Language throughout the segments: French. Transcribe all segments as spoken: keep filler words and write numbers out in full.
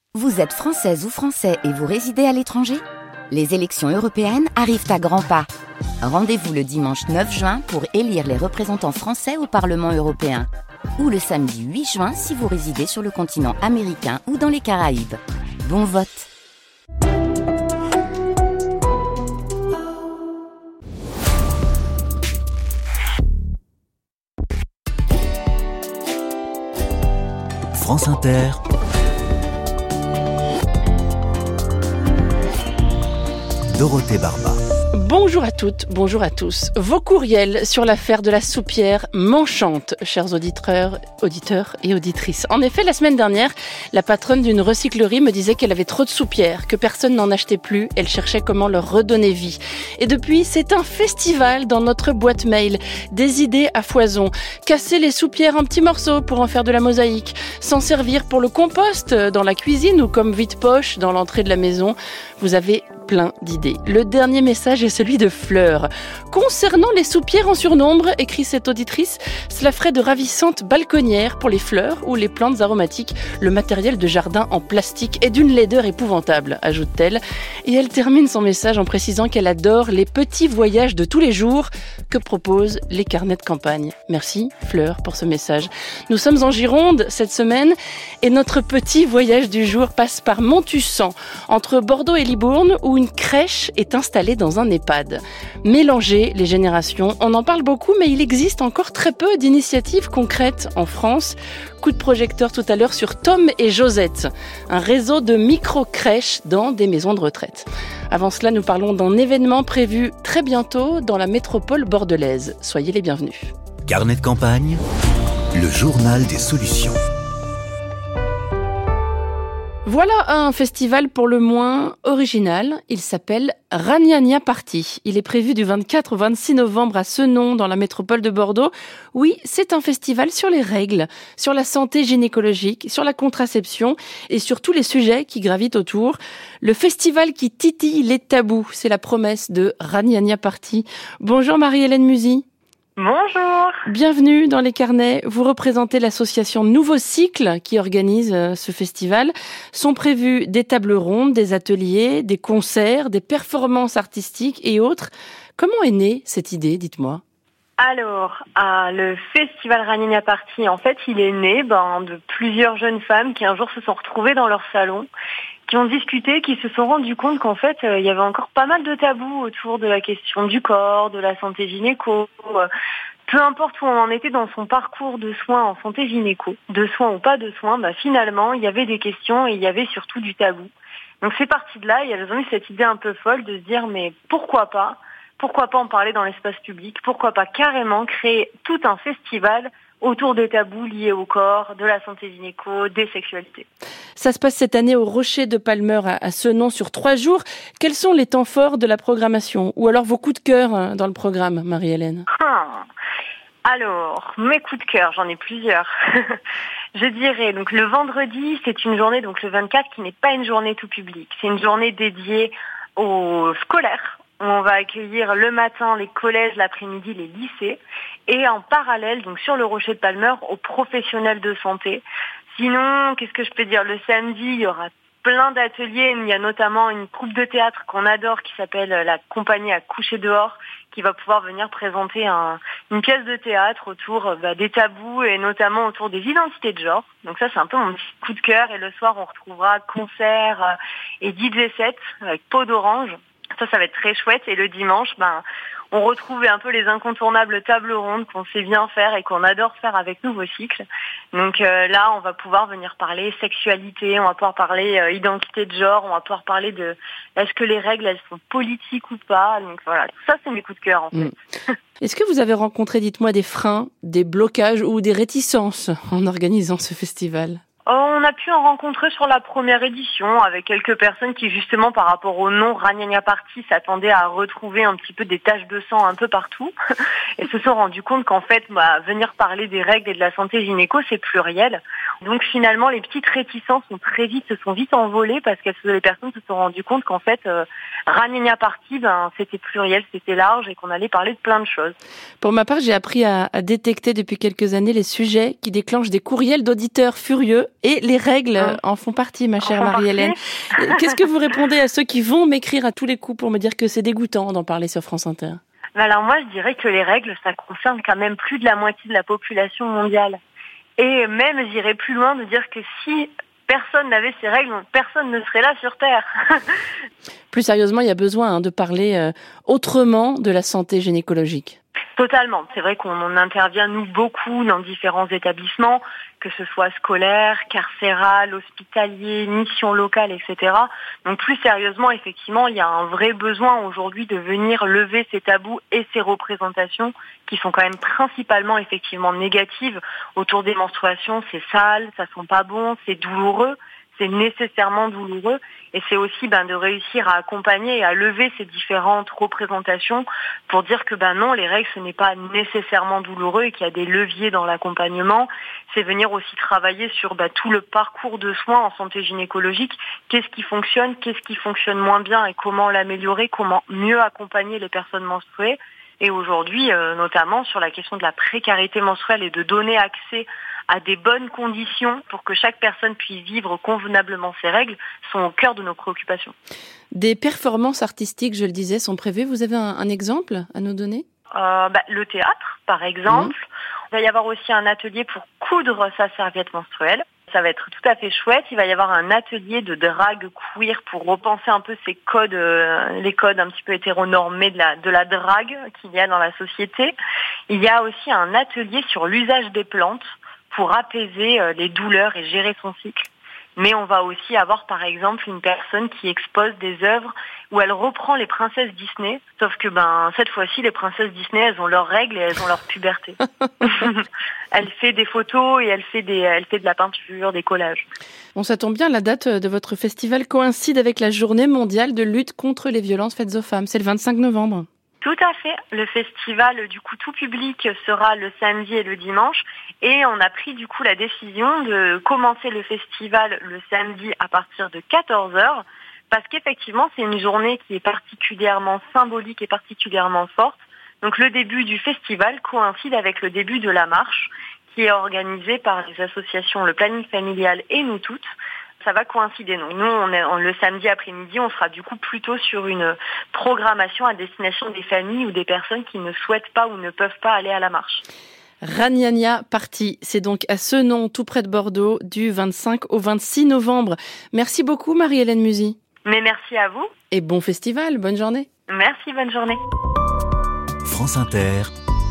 Vous êtes française ou français et vous résidez à l'étranger ? Les élections européennes arrivent à grands pas. Rendez-vous le dimanche neuf juin pour élire les représentants français au Parlement européen. Ou le samedi huit juin si vous résidez sur le continent américain ou dans les Caraïbes. Bon vote! France Inter. Dorothée Barba. Bonjour à toutes, bonjour à tous. Vos courriels sur l'affaire de la soupière m'enchantent, chers auditeurs, auditeurs et auditrices. En effet, la semaine dernière, la patronne d'une recyclerie me disait qu'elle avait trop de soupières, que personne n'en achetait plus. Elle cherchait comment leur redonner vie. Et depuis, c'est un festival dans notre boîte mail. Des idées à foison. Casser les soupières en petits morceaux pour en faire de la mosaïque. S'en servir pour le compost dans la cuisine ou comme vide-poche dans l'entrée de la maison. Vous avez plein d'idées. Le dernier message est celui de Fleur. Concernant les soupières en surnombre, écrit cette auditrice, cela ferait de ravissantes balconnières pour les fleurs ou les plantes aromatiques. Le matériel de jardin en plastique est d'une laideur épouvantable, ajoute-t-elle. Et elle termine son message en précisant qu'elle adore les petits voyages de tous les jours que proposent les carnets de campagne. Merci Fleur pour ce message. Nous sommes en Gironde cette semaine et notre petit voyage du jour passe par Montussan, entre Bordeaux et Libourne, où une crèche est installée dans un EHPAD. Mélanger les générations, on en parle beaucoup, mais il existe encore très peu d'initiatives concrètes en France. Coup de projecteur tout à l'heure sur Tom et Josette, un réseau de micro-crèches dans des maisons de retraite. Avant cela, nous parlons d'un événement prévu très bientôt dans la métropole bordelaise. Soyez les bienvenus. Carnet de campagne, le journal des solutions. Voilà un festival pour le moins original. Il s'appelle Ragnagna Party. Il est prévu du vingt-quatre au vingt-six novembre à Senon, dans la métropole de Bordeaux. Oui, c'est un festival sur les règles, sur la santé gynécologique, sur la contraception et sur tous les sujets qui gravitent autour. Le festival qui titille les tabous, c'est la promesse de Ragnagna Party. Bonjour Marie-Hélène Musy. Bonjour. Bienvenue dans les carnets. Vous représentez l'association Nouveau Cycle qui organise ce festival. Sont prévus des tables rondes, des ateliers, des concerts, des performances artistiques et autres. Comment est née cette idée, dites-moi ? Alors, ah, le festival Ragnagna Party, en fait, il est né ben, de plusieurs jeunes femmes qui un jour se sont retrouvées dans leur salon, qui ont discuté, qui se sont rendues compte qu'en fait, euh, il y avait encore pas mal de tabous autour de la question du corps, de la santé gynéco. Euh, peu importe où on en était dans son parcours de soins en santé gynéco, de soins ou pas de soins, bah, finalement, il y avait des questions et il y avait surtout du tabou. Donc c'est parti de là et elles ont eu cette idée un peu folle de se dire, mais pourquoi pas Pourquoi pas en parler dans l'espace public? Pourquoi pas carrément créer tout un festival autour des tabous liés au corps, de la santé gynéco, des sexualités. Ça se passe cette année au Rocher de Palmer à Senon sur trois jours. Quels sont les temps forts de la programmation? Ou alors vos coups de cœur dans le programme, Marie-Hélène? ah. Alors, mes coups de cœur, j'en ai plusieurs. Je dirais, donc le vendredi, c'est une journée, donc le vingt-quatre, qui n'est pas une journée tout public. C'est une journée dédiée aux scolaires. On va accueillir le matin les collèges, l'après-midi les lycées et en parallèle, donc sur le Rocher de Palmer, aux professionnels de santé. Sinon, qu'est-ce que je peux dire? Le samedi, il y aura plein d'ateliers. Il y a notamment une troupe de théâtre qu'on adore qui s'appelle la Compagnie à coucher dehors, qui va pouvoir venir présenter un, une pièce de théâtre autour bah, des tabous et notamment autour des identités de genre. Donc ça, c'est un peu mon petit coup de cœur. Et le soir, on retrouvera concert et D J set avec Peau d'Orange. Ça, ça va être très chouette. Et le dimanche, ben, on retrouve un peu les incontournables tables rondes qu'on sait bien faire et qu'on adore faire avec Nouveau Cycle. Donc euh, là, on va pouvoir venir parler sexualité, on va pouvoir parler euh, identité de genre, on va pouvoir parler de est-ce que les règles, elles sont politiques ou pas. Donc voilà, tout ça, c'est mes coups de cœur en fait. Mmh. Est-ce que vous avez rencontré, dites-moi, des freins, des blocages ou des réticences en organisant ce festival ? On a pu en rencontrer sur la première édition avec quelques personnes qui justement par rapport au nom Ragnagna Party s'attendaient à retrouver un petit peu des taches de sang un peu partout et se sont rendus compte qu'en fait bah, venir parler des règles et de la santé gynéco c'est pluriel. Donc finalement les petites réticences sont très vite, se sont vite envolées parce que les personnes se sont rendues compte qu'en fait euh, Ragnagna Party ben, c'était pluriel, c'était large et qu'on allait parler de plein de choses. Pour ma part j'ai appris à, à détecter depuis quelques années les sujets qui déclenchent des courriels d'auditeurs furieux Et les règles Hein en font partie, ma chère En font Marie-Hélène. partie. Qu'est-ce que vous répondez à ceux qui vont m'écrire à tous les coups pour me dire que c'est dégoûtant d'en parler sur France Inter? Alors moi, je dirais que les règles, ça concerne quand même plus de la moitié de la population mondiale. Et même, j'irais plus loin de dire que si personne n'avait ces règles, personne ne serait là sur Terre. Plus sérieusement, il y a besoin hein, de parler euh, autrement de la santé gynécologique. Totalement. C'est vrai qu'on intervient, nous, beaucoup dans différents établissements, que ce soit scolaire, carcéral, hospitalier, mission locale, et cetera. Donc plus sérieusement, effectivement, il y a un vrai besoin aujourd'hui de venir lever ces tabous et ces représentations qui sont quand même principalement effectivement négatives autour des menstruations. C'est sale, ça sent pas bon, c'est douloureux. C'est nécessairement douloureux et c'est aussi ben, de réussir à accompagner et à lever ces différentes représentations pour dire que ben non, les règles ce n'est pas nécessairement douloureux et qu'il y a des leviers dans l'accompagnement. C'est venir aussi travailler sur ben, tout le parcours de soins en santé gynécologique. Qu'est-ce qui fonctionne, qu'est-ce qui fonctionne moins bien et comment l'améliorer, comment mieux accompagner les personnes menstruées. Et aujourd'hui, euh, notamment sur la question de la précarité menstruelle et de donner accès à des bonnes conditions pour que chaque personne puisse vivre convenablement ses règles sont au cœur de nos préoccupations. Des performances artistiques, je le disais, sont prévues. Vous avez un, un exemple à nous donner ? euh, bah, Le théâtre, par exemple. Mmh. Il va y avoir aussi un atelier pour coudre sa serviette menstruelle. Ça va être tout à fait chouette. Il va y avoir un atelier de drague queer pour repenser un peu ces codes, euh, les codes un petit peu hétéronormés de la, de la drague qu'il y a dans la société. Il y a aussi un atelier sur l'usage des plantes pour apaiser euh, les douleurs et gérer son cycle. Mais on va aussi avoir par exemple une personne qui expose des œuvres où elle reprend les princesses Disney, sauf que ben cette fois-ci les princesses Disney elles ont leurs règles et elles ont leur puberté. Elle fait des photos et elle fait des, elle fait de la peinture, des collages. Bon, ça tombe bien, la date de votre festival coïncide avec la journée mondiale de lutte contre les violences faites aux femmes. C'est le vingt-cinq novembre. Tout à fait. Le festival, du coup, tout public sera le samedi et le dimanche. Et on a pris, du coup, la décision de commencer le festival le samedi à partir de quatorze heures. Parce qu'effectivement, c'est une journée qui est particulièrement symbolique et particulièrement forte. Donc, le début du festival coïncide avec le début de la marche, qui est organisée par les associations Le Planning Familial et Nous Toutes. Ça va coïncider. Donc nous, on est, on, le samedi après-midi, on sera du coup plutôt sur une programmation à destination des familles ou des personnes qui ne souhaitent pas ou ne peuvent pas aller à la marche. Ragnagna Party, c'est donc à Senon, tout près de Bordeaux, du vingt-cinq au vingt-six novembre. Merci beaucoup Marie-Hélène Musy. Mais merci à vous. Et bon festival, bonne journée. Merci, bonne journée. France Inter,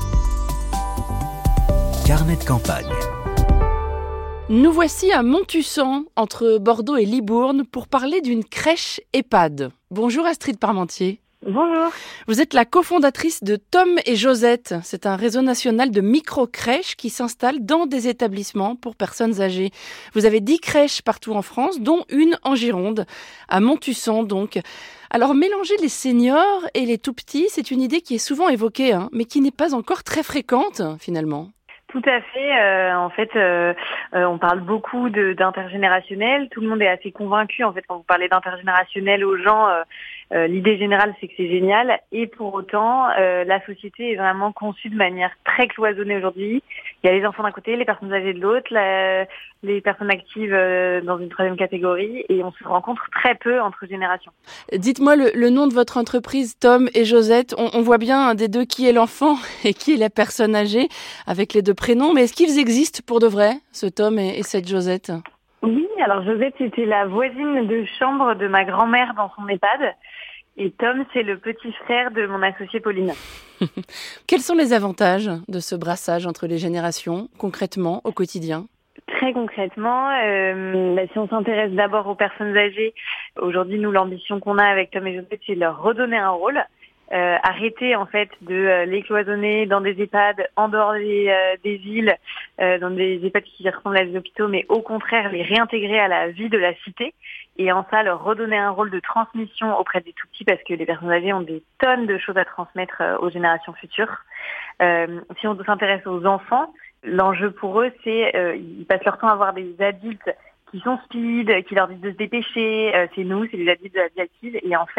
carnet de campagne. Nous voici à Montussan, entre Bordeaux et Libourne, pour parler d'une crèche EHPAD. Bonjour Astrid Parmentier. Bonjour. Vous êtes la cofondatrice de Tom et Josette. C'est un réseau national de micro-crèches qui s'installe dans des établissements pour personnes âgées. Vous avez dix crèches partout en France, dont une en Gironde, à Montussan donc. Alors mélanger les seniors et les tout-petits, c'est une idée qui est souvent évoquée, hein, mais qui n'est pas encore très fréquente finalement. Tout à fait. Euh, en fait, euh, euh, on parle beaucoup de, d'intergénérationnel. Tout le monde est assez convaincu. En fait, quand vous parlez d'intergénérationnel aux gens, euh, euh, l'idée générale, c'est que c'est génial. Et pour autant, euh, la société est vraiment conçue de manière très cloisonnée aujourd'hui. Il y a les enfants d'un côté, les personnes âgées de l'autre, la, les personnes actives euh, dans une troisième catégorie. Et on se rencontre très peu entre générations. Dites-moi le, le nom de votre entreprise, Tom et Josette. On, on voit bien un des deux qui est l'enfant et qui est la personne âgée, avec les deux prénoms, mais est-ce qu'ils existent pour de vrai, ce Tom et, et cette Josette ? Oui, alors Josette, c'était la voisine de chambre de ma grand-mère dans son EHPAD, et Tom, c'est le petit frère de mon associée Pauline. Quels sont les avantages de ce brassage entre les générations, concrètement, au quotidien ? Très concrètement, euh, bah, si on s'intéresse d'abord aux personnes âgées, aujourd'hui, nous, l'ambition qu'on a avec Tom et Josette, c'est de leur redonner un rôle. Euh, arrêter en fait de euh, les cloisonner dans des EHPAD en dehors des, euh, des villes, euh, dans des EHPAD qui ressemblent à des hôpitaux, mais au contraire les réintégrer à la vie de la cité et en ça leur redonner un rôle de transmission auprès des tout-petits parce que les personnes âgées ont des tonnes de choses à transmettre euh, aux générations futures. Euh, si on s'intéresse aux enfants, l'enjeu pour eux c'est euh, ils passent leur temps à voir des adultes qui sont speed, qui leur disent de se dépêcher, euh, c'est nous, c'est les adultes de la vie active et en fait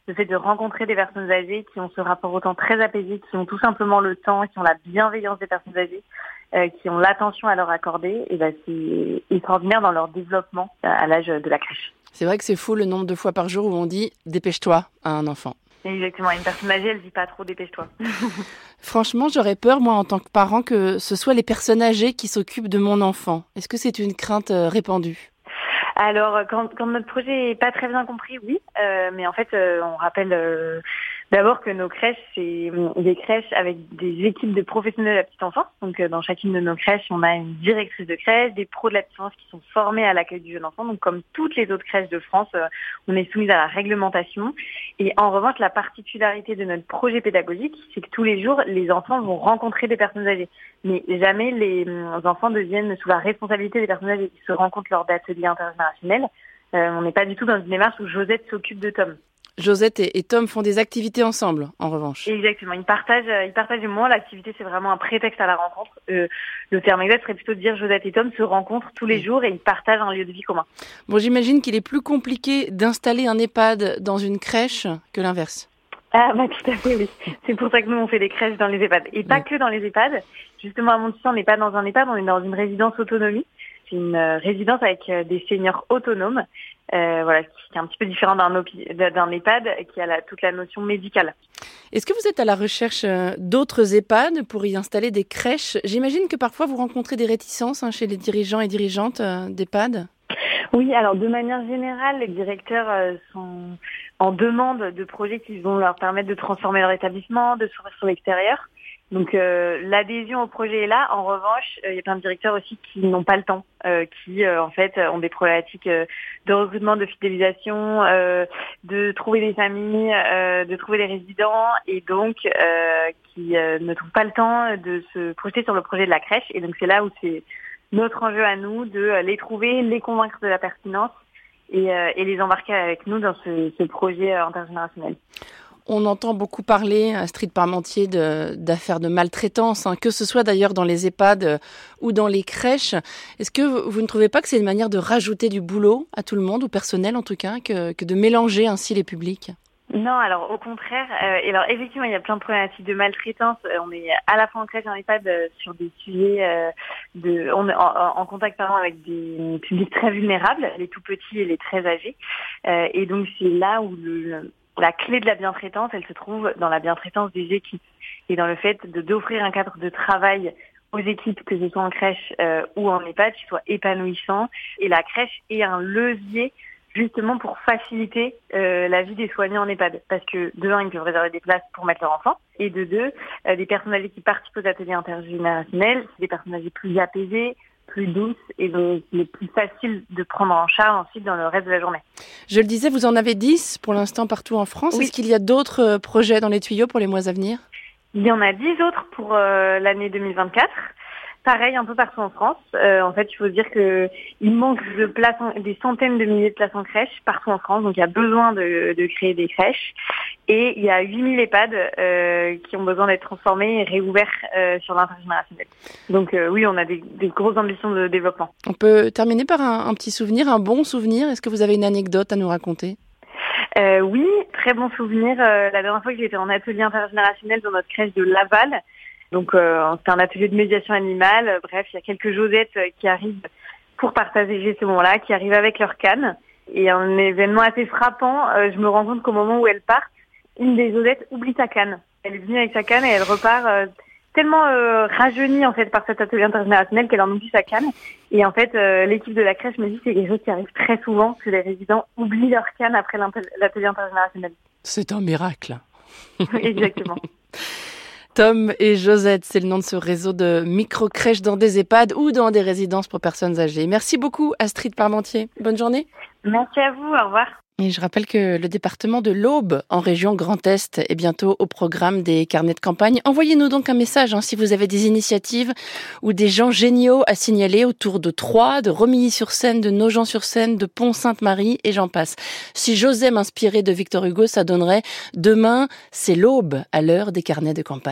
le fait de rencontrer des personnes âgées qui ont ce rapport au temps très apaisé, qui ont tout simplement le temps, qui ont la bienveillance des personnes âgées, euh, qui ont l'attention à leur accorder, et ben c'est extraordinaire dans leur développement à l'âge de la crèche. C'est vrai que c'est fou le nombre de fois par jour où on dit « dépêche-toi » à un enfant. Exactement, une personne âgée, elle dit pas trop « dépêche-toi ». Franchement, j'aurais peur, moi, en tant que parent, que ce soit les personnes âgées qui s'occupent de mon enfant. Est-ce que c'est une crainte euh, répandue ? Alors, quand, quand notre projet est pas très bien compris, oui. Euh, mais en fait, euh, on rappelle euh, d'abord que nos crèches, c'est des crèches avec des équipes de professionnels de la petite enfance. Donc, euh, dans chacune de nos crèches, on a une directrice de crèche, des pros de la petite enfance qui sont formés à l'accueil du jeune enfant. Donc, comme toutes les autres crèches de France, euh, on est soumise à la réglementation. Et en revanche, la particularité de notre projet pédagogique, c'est que tous les jours, les enfants vont rencontrer des personnes âgées. Mais jamais les enfants deviennent sous la responsabilité des personnes âgées qui se rencontrent lors d'ateliers intergénérationnels. Euh, on n'est pas du tout dans une démarche où Josette s'occupe de Tom. Josette et, et Tom font des activités ensemble, en revanche. Exactement. Ils partagent, ils partagent du moment. L'activité, c'est vraiment un prétexte à la rencontre. Euh, le terme exact serait plutôt de dire Josette et Tom se rencontrent tous les jours et ils partagent un lieu de vie commun. Bon, j'imagine qu'il est plus compliqué d'installer un EHPAD dans une crèche que l'inverse. Ah bah tout à fait, oui. C'est pour ça que nous, on fait des crèches dans les EHPAD. Et pas oui. que dans les EHPAD. Justement, à Monticello, on n'est pas dans un EHPAD, on est dans une résidence autonomie. C'est une euh, résidence avec euh, des seniors autonomes, euh, voilà, qui est un petit peu différent d'un, opi- d'un EHPAD qui a la, toute la notion médicale. Est-ce que vous êtes à la recherche euh, d'autres EHPAD pour y installer des crèches ? J'imagine que parfois vous rencontrez des réticences hein, chez les dirigeants et dirigeantes euh, d'EHPAD. Oui, alors de manière générale, les directeurs euh, sont en demande de projets qui vont leur permettre de transformer leur établissement, de s'ouvrir sur l'extérieur. Donc euh, l'adhésion au projet est là. En revanche, il euh, y a plein de directeurs aussi qui n'ont pas le temps, euh, qui euh, en fait ont des problématiques euh, de recrutement, de fidélisation, euh, de trouver des familles, euh, de trouver des résidents, et donc euh, qui euh, ne trouvent pas le temps de se projeter sur le projet de la crèche. Et donc c'est là où c'est notre enjeu à nous de les trouver, les convaincre de la pertinence et, euh, et les embarquer avec nous dans ce, ce projet intergénérationnel. On entend beaucoup parler, Astrid Parmentier, de, d'affaires de maltraitance, hein, que ce soit d'ailleurs dans les EHPAD euh, ou dans les crèches. Est-ce que vous, vous ne trouvez pas que c'est une manière de rajouter du boulot à tout le monde, au personnel en tout cas, que, que de mélanger ainsi les publics ? Non, alors au contraire. Euh, et alors effectivement, il y a plein de problématiques de maltraitance. Euh, on est à la fois en crèche et en EHPAD euh, sur des sujets euh, de, on est en, en contact pardon, avec des publics très vulnérables, les tout petits et les très âgés. Euh, et donc c'est là où le la clé de la bientraitance, elle se trouve dans la bientraitance des équipes et dans le fait de d'offrir un cadre de travail aux équipes, que ce soit en crèche euh, ou en EHPAD, qui soit épanouissant. Et la crèche est un levier justement pour faciliter euh, la vie des soignants en EHPAD. Parce que de un, ils peuvent réserver des places pour mettre leur enfant. Et de deux, euh, des personnes âgées qui participent aux ateliers intergénérationnels, c'est des personnes âgées plus apaisées, plus douce et donc il est plus facile de prendre en charge ensuite dans le reste de la journée. Je le disais, vous en avez dix pour l'instant partout en France. Oui. Est-ce qu'il y a d'autres projets dans les tuyaux pour les mois à venir ? Il y en a dix autres pour euh, l'année deux mille vingt-quatre. Pareil, un peu partout en France. Euh, en fait, il faut dire que il manque de places, en, des centaines de milliers de places en crèche partout en France. Donc, il y a besoin de, de créer des crèches. Et il y a huit mille EHPAD euh, qui ont besoin d'être transformés et réouverts euh, sur l'intergénérationnel. Donc, euh, oui, on a des, des grosses ambitions de développement. On peut terminer par un, un petit souvenir, un bon souvenir. Est-ce que vous avez une anecdote à nous raconter ? Euh, oui, très bon souvenir. Euh, la dernière fois que j'étais en atelier intergénérationnel dans notre crèche de Laval. Donc, euh, c'est un atelier de médiation animale. Bref, il y a quelques Josettes qui arrivent pour partager ce moment-là, qui arrivent avec leur canne. Et un événement assez frappant, euh, je me rends compte qu'au moment où elles partent, une des Josettes oublie sa canne. Elle est venue avec sa canne et elle repart euh, tellement euh, rajeunie en fait par cet atelier intergénérationnel qu'elle en oublie sa canne. Et en fait, euh, l'équipe de la crèche me dit que c'est quelque chose qui arrive très souvent, que les résidents oublient leur canne après l'atelier intergénérationnel. C'est un miracle. Exactement. Tom et Josette, c'est le nom de ce réseau de micro-crèches dans des EHPAD ou dans des résidences pour personnes âgées. Merci beaucoup Astrid Parmentier. Bonne journée. Merci à vous, au revoir. Et je rappelle que le département de l'Aube, en région Grand Est, est bientôt au programme des carnets de campagne. Envoyez-nous donc un message hein, si vous avez des initiatives ou des gens géniaux à signaler autour de Troyes, de Romilly-sur-Seine, de Nogent-sur-Seine, de Pont-Sainte-Marie et j'en passe. Si j'osais m'inspirer de Victor Hugo, ça donnerait « Demain, c'est l'aube à l'heure des carnets de campagne ».